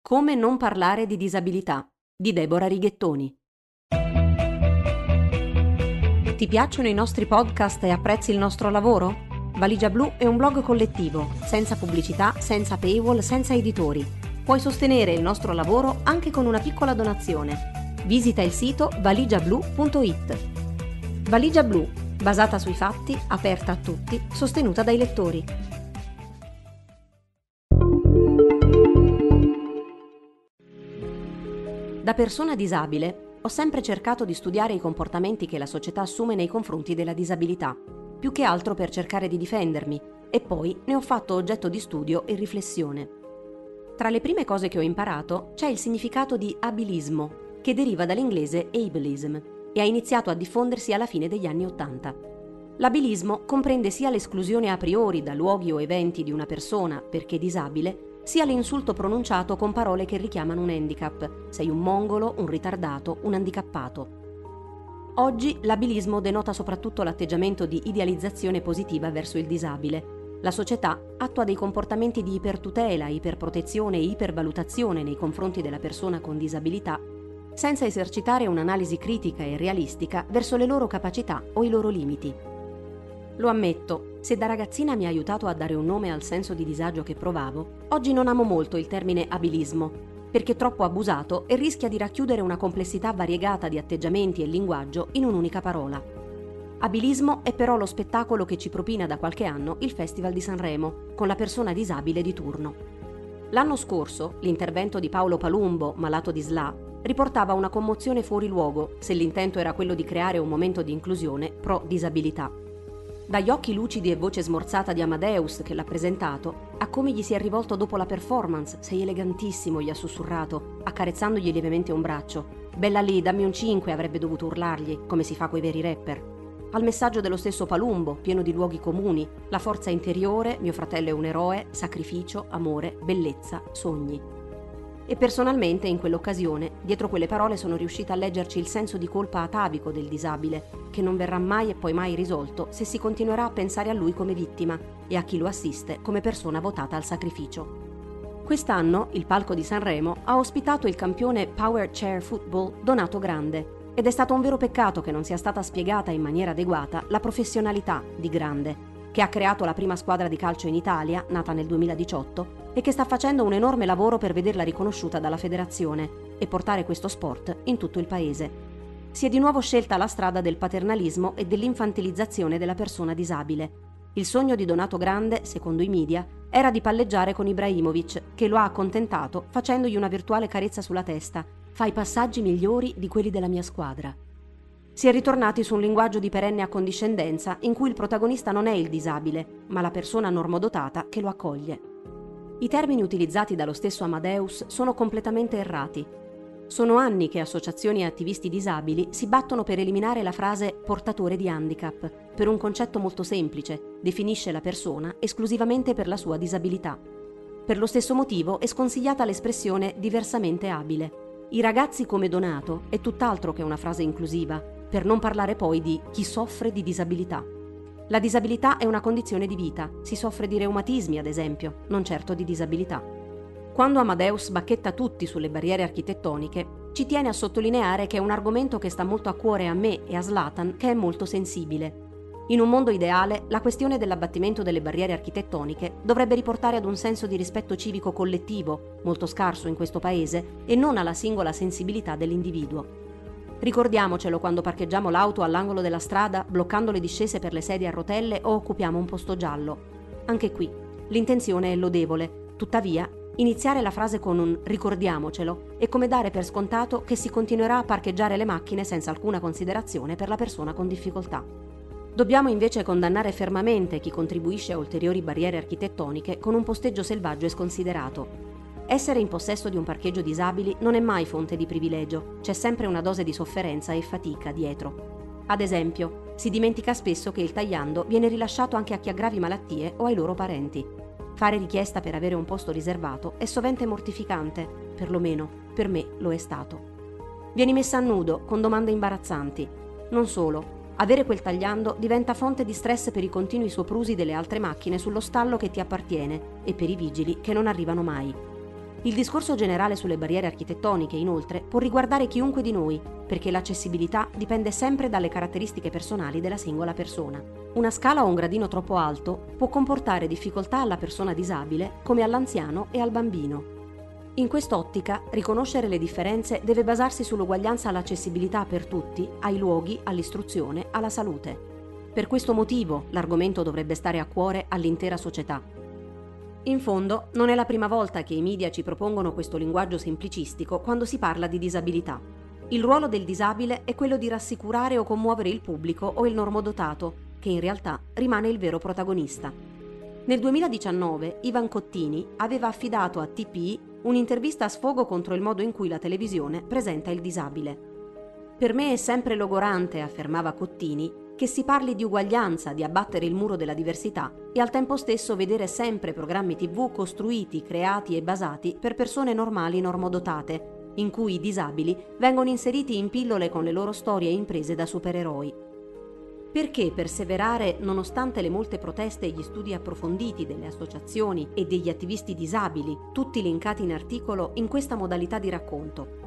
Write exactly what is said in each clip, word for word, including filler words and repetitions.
Come non parlare di disabilità di Deborah Righettoni. Ti piacciono i nostri podcast e apprezzi il nostro lavoro? Valigia Blu è un blog collettivo, senza pubblicità, senza paywall, senza editori. Puoi sostenere il nostro lavoro anche con una piccola donazione. Visita il sito valigia blu punto it. Valigia Blu, basata sui fatti, aperta a tutti, sostenuta dai lettori. Da persona disabile ho sempre cercato di studiare i comportamenti che la società assume nei confronti della disabilità, più che altro per cercare di difendermi, e poi ne ho fatto oggetto di studio e riflessione. Tra le prime cose che ho imparato c'è il significato di abilismo, che deriva dall'inglese ableism e ha iniziato a diffondersi alla fine degli anni Ottanta. L'abilismo comprende sia l'esclusione a priori da luoghi o eventi di una persona perché disabile, sia l'insulto pronunciato con parole che richiamano un handicap: sei un mongolo, un ritardato, un handicappato. Oggi l'abilismo denota soprattutto l'atteggiamento di idealizzazione positiva verso il disabile. La società attua dei comportamenti di ipertutela, iperprotezione e ipervalutazione nei confronti della persona con disabilità, senza esercitare un'analisi critica e realistica verso le loro capacità o i loro limiti. Lo ammetto, se da ragazzina mi ha aiutato a dare un nome al senso di disagio che provavo, oggi non amo molto il termine abilismo, perché troppo abusato e rischia di racchiudere una complessità variegata di atteggiamenti e linguaggio in un'unica parola. Abilismo è però lo spettacolo che ci propina da qualche anno il Festival di Sanremo, con la persona disabile di turno. L'anno scorso, l'intervento di Paolo Palumbo, malato di S L A, riportava una commozione fuori luogo, se l'intento era quello di creare un momento di inclusione pro disabilità. Dagli occhi lucidi e voce smorzata di Amadeus che l'ha presentato, a come gli si è rivolto dopo la performance: sei elegantissimo, gli ha sussurrato, accarezzandogli lievemente un braccio. Bella lì, dammi un cinque, avrebbe dovuto urlargli, come si fa coi veri rapper. Al messaggio dello stesso Palumbo, pieno di luoghi comuni: la forza interiore, mio fratello è un eroe, sacrificio, amore, bellezza, sogni. E personalmente, in quell'occasione, dietro quelle parole sono riuscita a leggerci il senso di colpa atavico del disabile, che non verrà mai e poi mai risolto se si continuerà a pensare a lui come vittima e a chi lo assiste come persona votata al sacrificio. Quest'anno il palco di Sanremo ha ospitato il campione Power Chair Football Donato Grande, ed è stato un vero peccato che non sia stata spiegata in maniera adeguata la professionalità di Grande, che ha creato la prima squadra di calcio in Italia, nata nel duemiladiciotto, e che sta facendo un enorme lavoro per vederla riconosciuta dalla federazione e portare questo sport in tutto il paese. Si è di nuovo scelta la strada del paternalismo e dell'infantilizzazione della persona disabile. Il sogno di Donato Grande, secondo i media, era di palleggiare con Ibrahimovic, che lo ha accontentato facendogli una virtuale carezza sulla testa: fai passaggi migliori di quelli della mia squadra. Si è ritornati su un linguaggio di perenne accondiscendenza in cui il protagonista non è il disabile, ma la persona normodotata che lo accoglie. I termini utilizzati dallo stesso Amadeus sono completamente errati. Sono anni che associazioni e attivisti disabili si battono per eliminare la frase portatore di handicap, per un concetto molto semplice: definisce la persona esclusivamente per la sua disabilità. Per lo stesso motivo è sconsigliata l'espressione diversamente abile. I ragazzi come Donato è tutt'altro che una frase inclusiva, per non parlare poi di chi soffre di disabilità. La disabilità è una condizione di vita, si soffre di reumatismi ad esempio, non certo di disabilità. Quando Amadeus bacchetta tutti sulle barriere architettoniche, ci tiene a sottolineare che è un argomento che sta molto a cuore a me e a Zlatan, che è molto sensibile. In un mondo ideale, la questione dell'abbattimento delle barriere architettoniche dovrebbe riportare ad un senso di rispetto civico collettivo, molto scarso in questo paese, e non alla singola sensibilità dell'individuo. Ricordiamocelo quando parcheggiamo l'auto all'angolo della strada, bloccando le discese per le sedie a rotelle o occupiamo un posto giallo. Anche qui, l'intenzione è lodevole, tuttavia, iniziare la frase con un ricordiamocelo è come dare per scontato che si continuerà a parcheggiare le macchine senza alcuna considerazione per la persona con difficoltà. Dobbiamo invece condannare fermamente chi contribuisce a ulteriori barriere architettoniche con un posteggio selvaggio e sconsiderato. Essere in possesso di un parcheggio disabili non è mai fonte di privilegio, c'è sempre una dose di sofferenza e fatica dietro. Ad esempio, si dimentica spesso che il tagliando viene rilasciato anche a chi ha gravi malattie o ai loro parenti. Fare richiesta per avere un posto riservato è sovente mortificante, perlomeno per me lo è stato. Vieni messa a nudo con domande imbarazzanti. Non solo, avere quel tagliando diventa fonte di stress per i continui soprusi delle altre macchine sullo stallo che ti appartiene e per i vigili che non arrivano mai. Il discorso generale sulle barriere architettoniche, inoltre, può riguardare chiunque di noi, perché l'accessibilità dipende sempre dalle caratteristiche personali della singola persona. Una scala o un gradino troppo alto può comportare difficoltà alla persona disabile come all'anziano e al bambino. In quest'ottica, riconoscere le differenze deve basarsi sull'uguaglianza all'accessibilità per tutti, ai luoghi, all'istruzione, alla salute. Per questo motivo l'argomento dovrebbe stare a cuore all'intera società. In fondo, non è la prima volta che i media ci propongono questo linguaggio semplicistico quando si parla di disabilità. Il ruolo del disabile è quello di rassicurare o commuovere il pubblico o il normodotato, che in realtà rimane il vero protagonista. Nel duemiladiciannove Ivan Cottini aveva affidato a T P I un'intervista a sfogo contro il modo in cui la televisione presenta il disabile. Per me è sempre logorante, affermava Cottini, che si parli di uguaglianza, di abbattere il muro della diversità e al tempo stesso vedere sempre programmi tivù costruiti, creati e basati per persone normali normodotate, in cui i disabili vengono inseriti in pillole con le loro storie imprese da supereroi. Perché perseverare nonostante le molte proteste e gli studi approfonditi delle associazioni e degli attivisti disabili, tutti linkati in articolo, in questa modalità di racconto?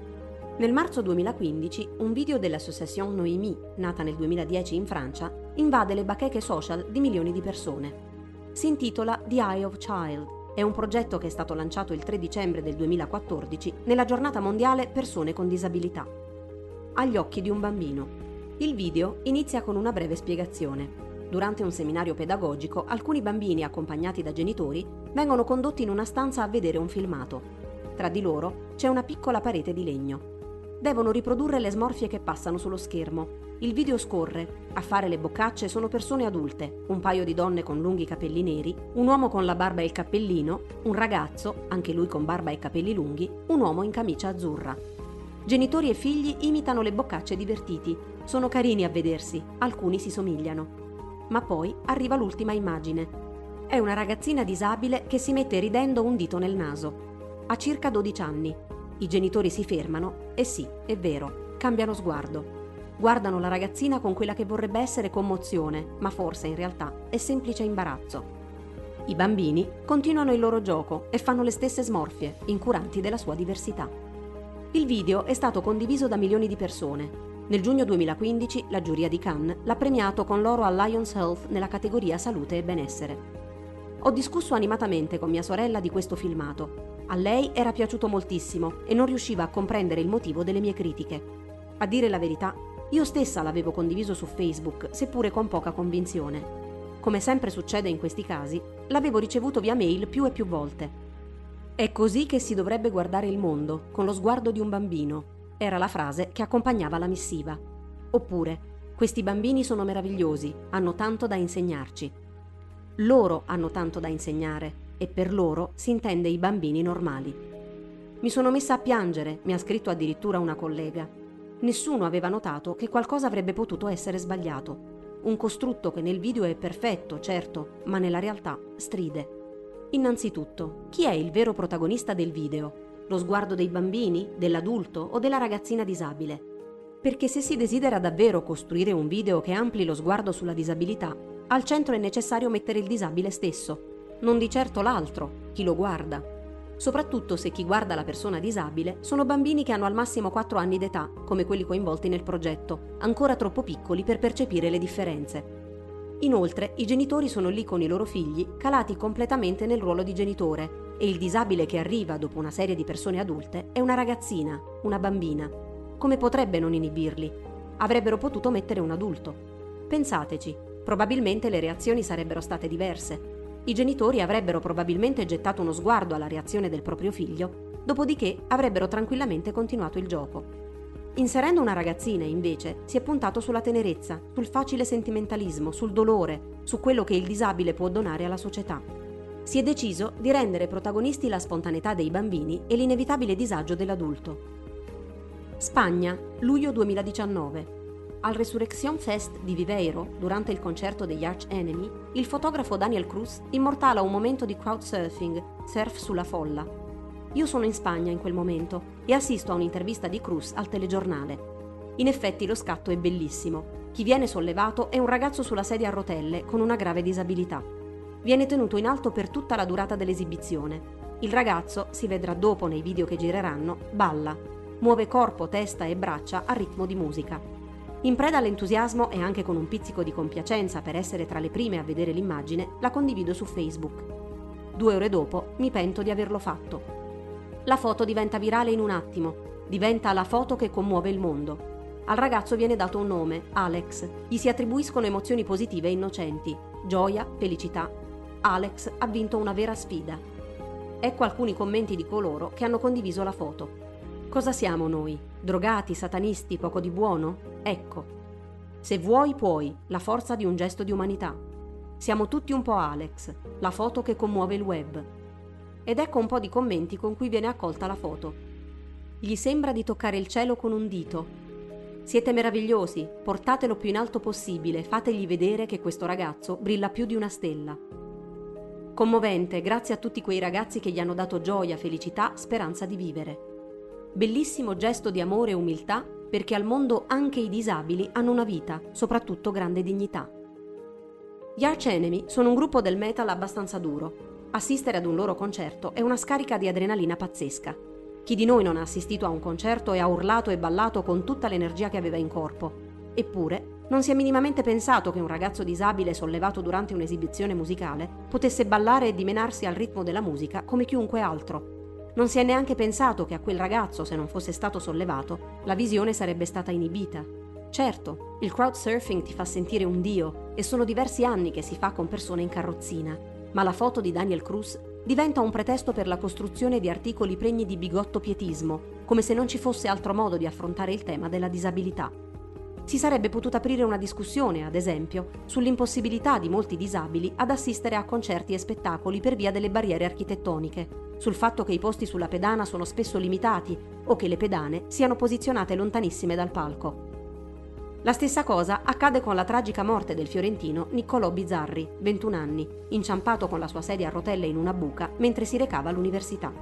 Nel marzo duemilaquindici un video dell'Association Noémie, nata nel duemiladieci in Francia, invade le bacheche social di milioni di persone. Si intitola The Eye of Child. È un progetto che è stato lanciato il tre dicembre del duemilaquattordici nella giornata mondiale Persone con disabilità. Agli occhi di un bambino. Il video inizia con una breve spiegazione. Durante un seminario pedagogico, alcuni bambini accompagnati da genitori vengono condotti in una stanza a vedere un filmato. Tra di loro c'è una piccola parete di legno. Devono riprodurre le smorfie che passano sullo schermo. Il video scorre. A fare le boccacce sono persone adulte, un paio di donne con lunghi capelli neri, un uomo con la barba e il cappellino, un ragazzo, anche lui con barba e capelli lunghi, un uomo in camicia azzurra. Genitori e figli imitano le boccacce divertiti. Sono carini a vedersi, alcuni si somigliano. Ma poi arriva l'ultima immagine. È una ragazzina disabile che si mette ridendo un dito nel naso. Ha circa dodici anni. I genitori si fermano e sì, è vero, cambiano sguardo. Guardano la ragazzina con quella che vorrebbe essere commozione, ma forse in realtà è semplice imbarazzo. I bambini continuano il loro gioco e fanno le stesse smorfie, incuranti della sua diversità. Il video è stato condiviso da milioni di persone. Nel giugno duemilaquindici la giuria di Cannes l'ha premiato con l'oro al Lions Health nella categoria Salute e Benessere. Ho discusso animatamente con mia sorella di questo filmato. A lei era piaciuto moltissimo e non riusciva a comprendere il motivo delle mie critiche. A dire la verità, io stessa l'avevo condiviso su Facebook, seppure con poca convinzione. Come sempre succede in questi casi, l'avevo ricevuto via mail più e più volte. È così che si dovrebbe guardare il mondo, con lo sguardo di un bambino, era la frase che accompagnava la missiva. Oppure, questi bambini sono meravigliosi, hanno tanto da insegnarci. Loro hanno tanto da insegnare. E per loro si intende i bambini normali. Mi sono messa a piangere, mi ha scritto addirittura una collega. Nessuno aveva notato che qualcosa avrebbe potuto essere sbagliato. Un costrutto che nel video è perfetto, certo, ma nella realtà stride. Innanzitutto, chi è il vero protagonista del video? Lo sguardo dei bambini, dell'adulto o della ragazzina disabile? Perché se si desidera davvero costruire un video che ampli lo sguardo sulla disabilità, al centro è necessario mettere il disabile stesso. Non di certo l'altro, chi lo guarda. Soprattutto se chi guarda la persona disabile sono bambini che hanno al massimo quattro anni d'età, come quelli coinvolti nel progetto, ancora troppo piccoli per percepire le differenze. Inoltre, i genitori sono lì con i loro figli, calati completamente nel ruolo di genitore, e il disabile che arriva dopo una serie di persone adulte è una ragazzina, una bambina. Come potrebbe non inibirli? Avrebbero potuto mettere un adulto. Pensateci, probabilmente le reazioni sarebbero state diverse. I genitori avrebbero probabilmente gettato uno sguardo alla reazione del proprio figlio, dopodiché avrebbero tranquillamente continuato il gioco. Inserendo una ragazzina, invece, si è puntato sulla tenerezza, sul facile sentimentalismo, sul dolore, su quello che il disabile può donare alla società. Si è deciso di rendere protagonisti la spontaneità dei bambini e l'inevitabile disagio dell'adulto. Spagna, luglio duemiladiciannove. Al Resurrection Fest di Viveiro, durante il concerto degli Arch Enemy, il fotografo Daniel Cruz immortala un momento di crowdsurfing, surf sulla folla. Io sono in Spagna in quel momento e assisto a un'intervista di Cruz al telegiornale. In effetti lo scatto è bellissimo. Chi viene sollevato è un ragazzo sulla sedia a rotelle con una grave disabilità. viene tenuto in alto per tutta la durata dell'esibizione. Il ragazzo, si vedrà dopo nei video che gireranno, balla, muove corpo, testa e braccia al ritmo di musica. In preda all'entusiasmo e anche con un pizzico di compiacenza per essere tra le prime a vedere l'immagine, la condivido su Facebook. Due ore dopo mi pento di averlo fatto. La foto diventa virale in un attimo, diventa la foto che commuove il mondo. Al ragazzo viene dato un nome, Alex, gli si attribuiscono emozioni positive e innocenti, gioia, felicità. Alex ha vinto una vera sfida. Ecco alcuni commenti di coloro che hanno condiviso la foto. Cosa siamo noi? Drogati, satanisti, poco di buono? Ecco. Se vuoi, puoi, la forza di un gesto di umanità. Siamo tutti un po' Alex, la foto che commuove il web. Ed ecco un po' di commenti con cui viene accolta la foto. Gli sembra di toccare il cielo con un dito. Siete meravigliosi, portatelo più in alto possibile, fategli vedere che questo ragazzo brilla più di una stella. Commovente, grazie a tutti quei ragazzi che gli hanno dato gioia, felicità, speranza di vivere. Bellissimo gesto di amore e umiltà, perché al mondo anche i disabili hanno una vita, soprattutto grande dignità. Gli Arch Enemy sono un gruppo del metal abbastanza duro. Assistere ad un loro concerto è una scarica di adrenalina pazzesca. Chi di noi non ha assistito a un concerto e ha urlato e ballato con tutta l'energia che aveva in corpo? Eppure, non si è minimamente pensato che un ragazzo disabile sollevato durante un'esibizione musicale potesse ballare e dimenarsi al ritmo della musica come chiunque altro. Non si è neanche pensato che a quel ragazzo, se non fosse stato sollevato, la visione sarebbe stata inibita. Certo, il crowdsurfing ti fa sentire un dio e sono diversi anni che si fa con persone in carrozzina, ma la foto di Daniel Cruz diventa un pretesto per la costruzione di articoli pregni di bigotto pietismo, come se non ci fosse altro modo di affrontare il tema della disabilità. Si sarebbe potuta aprire una discussione, ad esempio, sull'impossibilità di molti disabili ad assistere a concerti e spettacoli per via delle barriere architettoniche, sul fatto che i posti sulla pedana sono spesso limitati o che le pedane siano posizionate lontanissime dal palco. La stessa cosa accade con la tragica morte del fiorentino Niccolò Bizzarri, ventuno anni, inciampato con la sua sedia a rotelle in una buca mentre si recava all'università.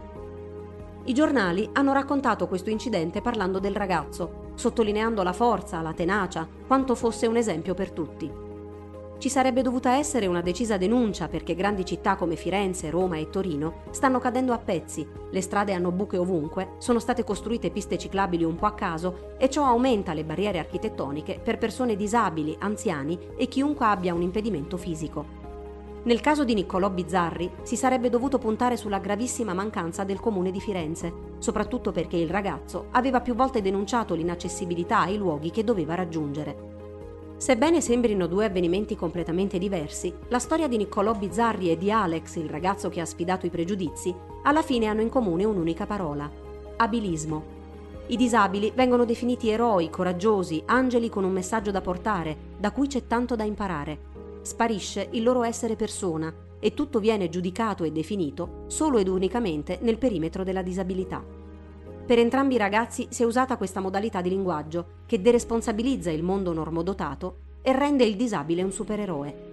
I giornali hanno raccontato questo incidente parlando del ragazzo, sottolineando la forza, la tenacia, quanto fosse un esempio per tutti. Ci sarebbe dovuta essere una decisa denuncia perché grandi città come Firenze, Roma e Torino stanno cadendo a pezzi, le strade hanno buche ovunque, sono state costruite piste ciclabili un po' a caso e ciò aumenta le barriere architettoniche per persone disabili, anziani e chiunque abbia un impedimento fisico. Nel caso di Niccolò Bizzarri si sarebbe dovuto puntare sulla gravissima mancanza del comune di Firenze, soprattutto perché il ragazzo aveva più volte denunciato l'inaccessibilità ai luoghi che doveva raggiungere. Sebbene sembrino due avvenimenti completamente diversi, la storia di Niccolò Bizzarri e di Alex, il ragazzo che ha sfidato i pregiudizi, alla fine hanno in comune un'unica parola: abilismo. I disabili vengono definiti eroi, coraggiosi, angeli con un messaggio da portare, da cui c'è tanto da imparare. Sparisce il loro essere persona e tutto viene giudicato e definito solo ed unicamente nel perimetro della disabilità. Per entrambi i ragazzi si è usata questa modalità di linguaggio che deresponsabilizza il mondo normodotato e rende il disabile un supereroe.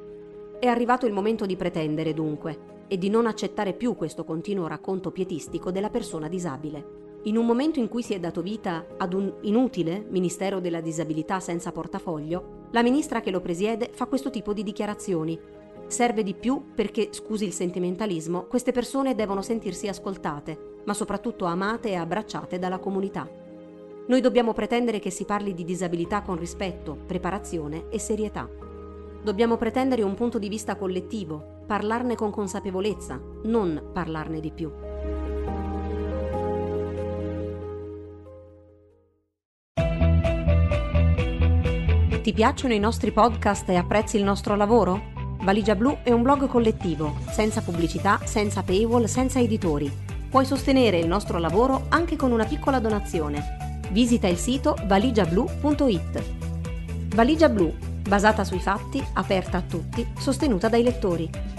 È arrivato il momento di pretendere, dunque, e di non accettare più questo continuo racconto pietistico della persona disabile. In un momento in cui si è dato vita ad un inutile Ministero della Disabilità senza portafoglio, la ministra che lo presiede fa questo tipo di dichiarazioni. Serve di più perché, scusi il sentimentalismo, queste persone devono sentirsi ascoltate, ma soprattutto amate e abbracciate dalla comunità. Noi dobbiamo pretendere che si parli di disabilità con rispetto, preparazione e serietà. Dobbiamo pretendere un punto di vista collettivo, parlarne con consapevolezza, non parlarne di più. Ti piacciono i nostri podcast e apprezzi il nostro lavoro? Valigia Blu è un blog collettivo, senza pubblicità, senza paywall, senza editori. Puoi sostenere il nostro lavoro anche con una piccola donazione. Visita il sito valigia blu punto it. Valigia Blu, basata sui fatti, aperta a tutti, sostenuta dai lettori.